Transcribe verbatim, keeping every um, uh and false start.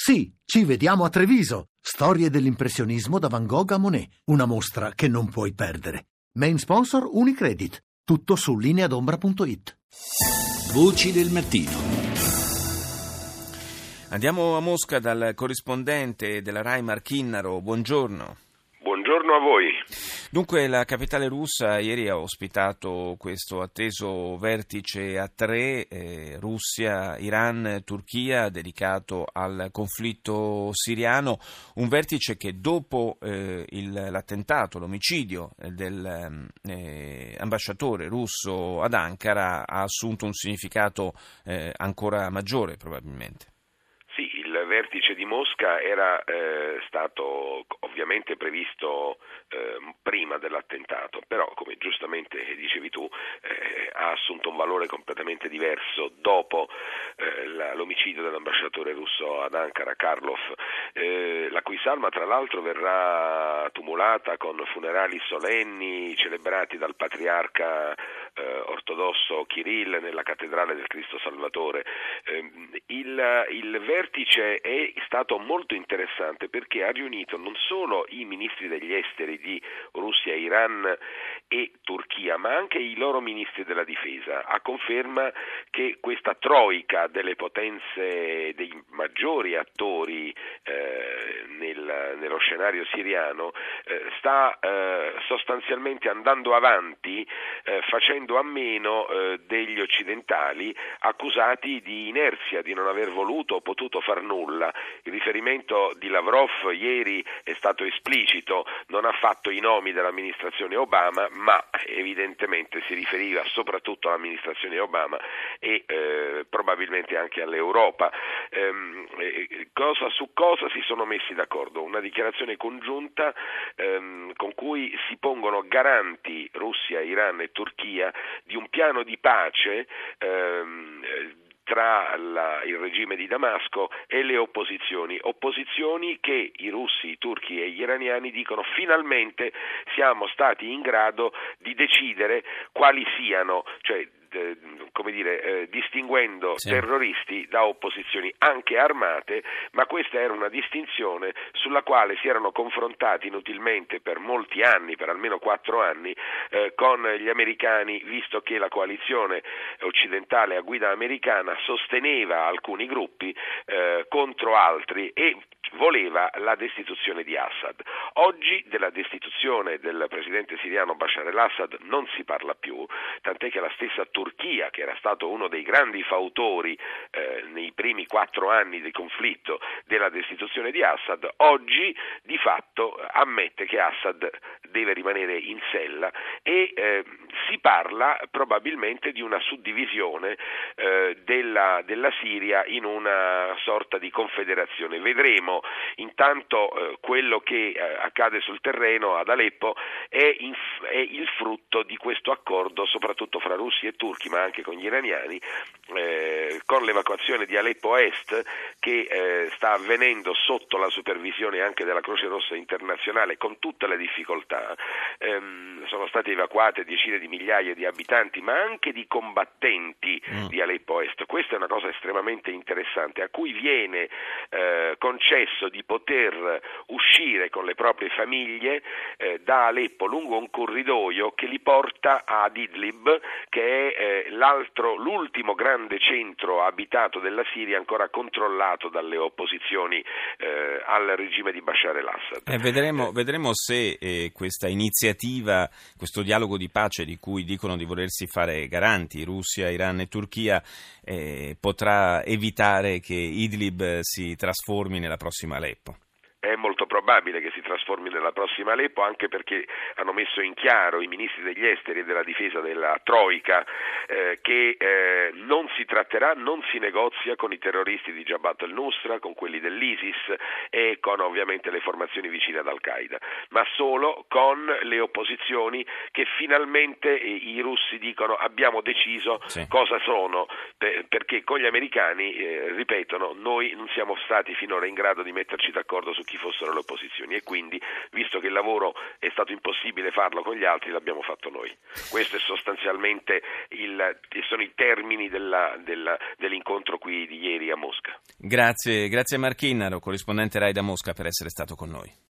Sì, ci vediamo a Treviso. Storie dell'impressionismo da Van Gogh a Monet. Una mostra che non puoi perdere. Main sponsor Unicredit. Tutto su lineadombra punto it. Voci del mattino. Andiamo a Mosca dal corrispondente della Rai Marchinnaro. Buongiorno. Buongiorno a voi. Dunque, la capitale russa ieri ha ospitato questo atteso vertice a tre, eh, Russia, Iran, Turchia, dedicato al conflitto siriano, un vertice che dopo eh, il, l'attentato, l'omicidio del eh, ambasciatore russo ad Ankara ha assunto un significato eh, ancora maggiore probabilmente. Il vertice di Mosca era eh, stato ovviamente previsto eh, prima dell'attentato, però come giustamente dicevi tu eh, ha assunto un valore completamente diverso dopo eh, la, l'omicidio dell'ambasciatore russo ad Ankara, Karlov, eh, la cui salma tra l'altro verrà tumulata con funerali solenni celebrati dal patriarca eh, ortodosso Kirill nella cattedrale del Cristo Salvatore. Eh, il, il vertice è stato molto interessante perché ha riunito non solo i ministri degli esteri di Russia, Iran e Turchia, ma anche i loro ministri della difesa, a conferma che questa troica delle potenze, dei maggiori attori eh, nel, nello scenario siriano eh, sta eh, sostanzialmente andando avanti eh, facendo a meno eh, degli occidentali accusati di inerzia, di non aver voluto o potuto far nulla. Il riferimento di Lavrov ieri è stato esplicito, non ha fatto i nomi dell'amministrazione Obama, ma evidentemente si riferiva soprattutto all'amministrazione Obama e eh, probabilmente anche all'Europa. Ehm, eh, cosa su cosa si sono messi d'accordo? Una dichiarazione congiunta ehm, con cui si pongono garanti Russia, Iran e Turchia di un piano di pace ehm, tra la, il regime di Damasco e le opposizioni, opposizioni che i russi, i turchi e gli iraniani dicono finalmente siamo stati in grado di decidere quali siano, cioè eh, come dire, eh, distinguendo sì. terroristi da opposizioni anche armate, ma questa era una distinzione sulla quale si erano confrontati inutilmente per molti anni, per almeno quattro anni, eh, con gli americani, visto che la coalizione occidentale a guida americana sosteneva alcuni gruppi eh, contro altri e voleva la destituzione di Assad. Oggi della destituzione del presidente siriano Bashar al-Assad non si parla più, tant'è che la stessa Turchia, che era stato uno dei grandi fautori eh, nei primi quattro anni del conflitto della destituzione di Assad, oggi di fatto ammette che Assad deve rimanere in sella e eh, si parla probabilmente di una suddivisione eh, della, della Siria in una sorta di confederazione. Vedremo. Intanto eh, quello che eh, accade sul terreno ad Aleppo è, in, è il frutto di questo accordo, soprattutto fra russi e turchi, ma anche con gli iraniani, eh, con l'evacuazione di Aleppo Est che eh, sta avvenendo sotto la supervisione anche della Croce Rossa internazionale con tutte le difficoltà. Ehm, sono state evacuate decine di migliaia di abitanti, ma anche di combattenti mm. di Aleppo Est. Questa è una cosa estremamente interessante, a cui viene eh, concesso di poter uscire con le proprie famiglie eh, da Aleppo lungo un corridoio che li porta ad Idlib, che è eh, l'altro, l'ultimo grande centro abitato della Siria ancora controllato dalle opposizioni eh, al regime di Bashar al-Assad. Eh, vedremo, vedremo se eh, questa iniziativa, questo dialogo di pace di cui dicono di volersi fare garanti Russia, Iran e Turchia, eh, potrà evitare che Idlib si trasformi nella prossima Aleppo. È molto probabile che si trasformi nella prossima Aleppo, anche perché hanno messo in chiaro i ministri degli esteri e della difesa della Troica eh, che eh, non si tratterà, non si negozia con i terroristi di Jabhat al-Nusra, con quelli dell'ISIS e con ovviamente le formazioni vicine ad Al-Qaeda, ma solo con le opposizioni che finalmente i russi dicono abbiamo deciso sì. cosa sono, per, perché con gli americani eh, ripetono noi non siamo stati finora in grado di metterci d'accordo su chi quanti fossero le opposizioni, e quindi, visto che il lavoro è stato impossibile farlo con gli altri, l'abbiamo fatto noi. Questo è sostanzialmente il, sono i termini della, della, dell'incontro qui di ieri a Mosca. Grazie, grazie Marchinnaro, corrispondente Rai da Mosca, per essere stato con noi.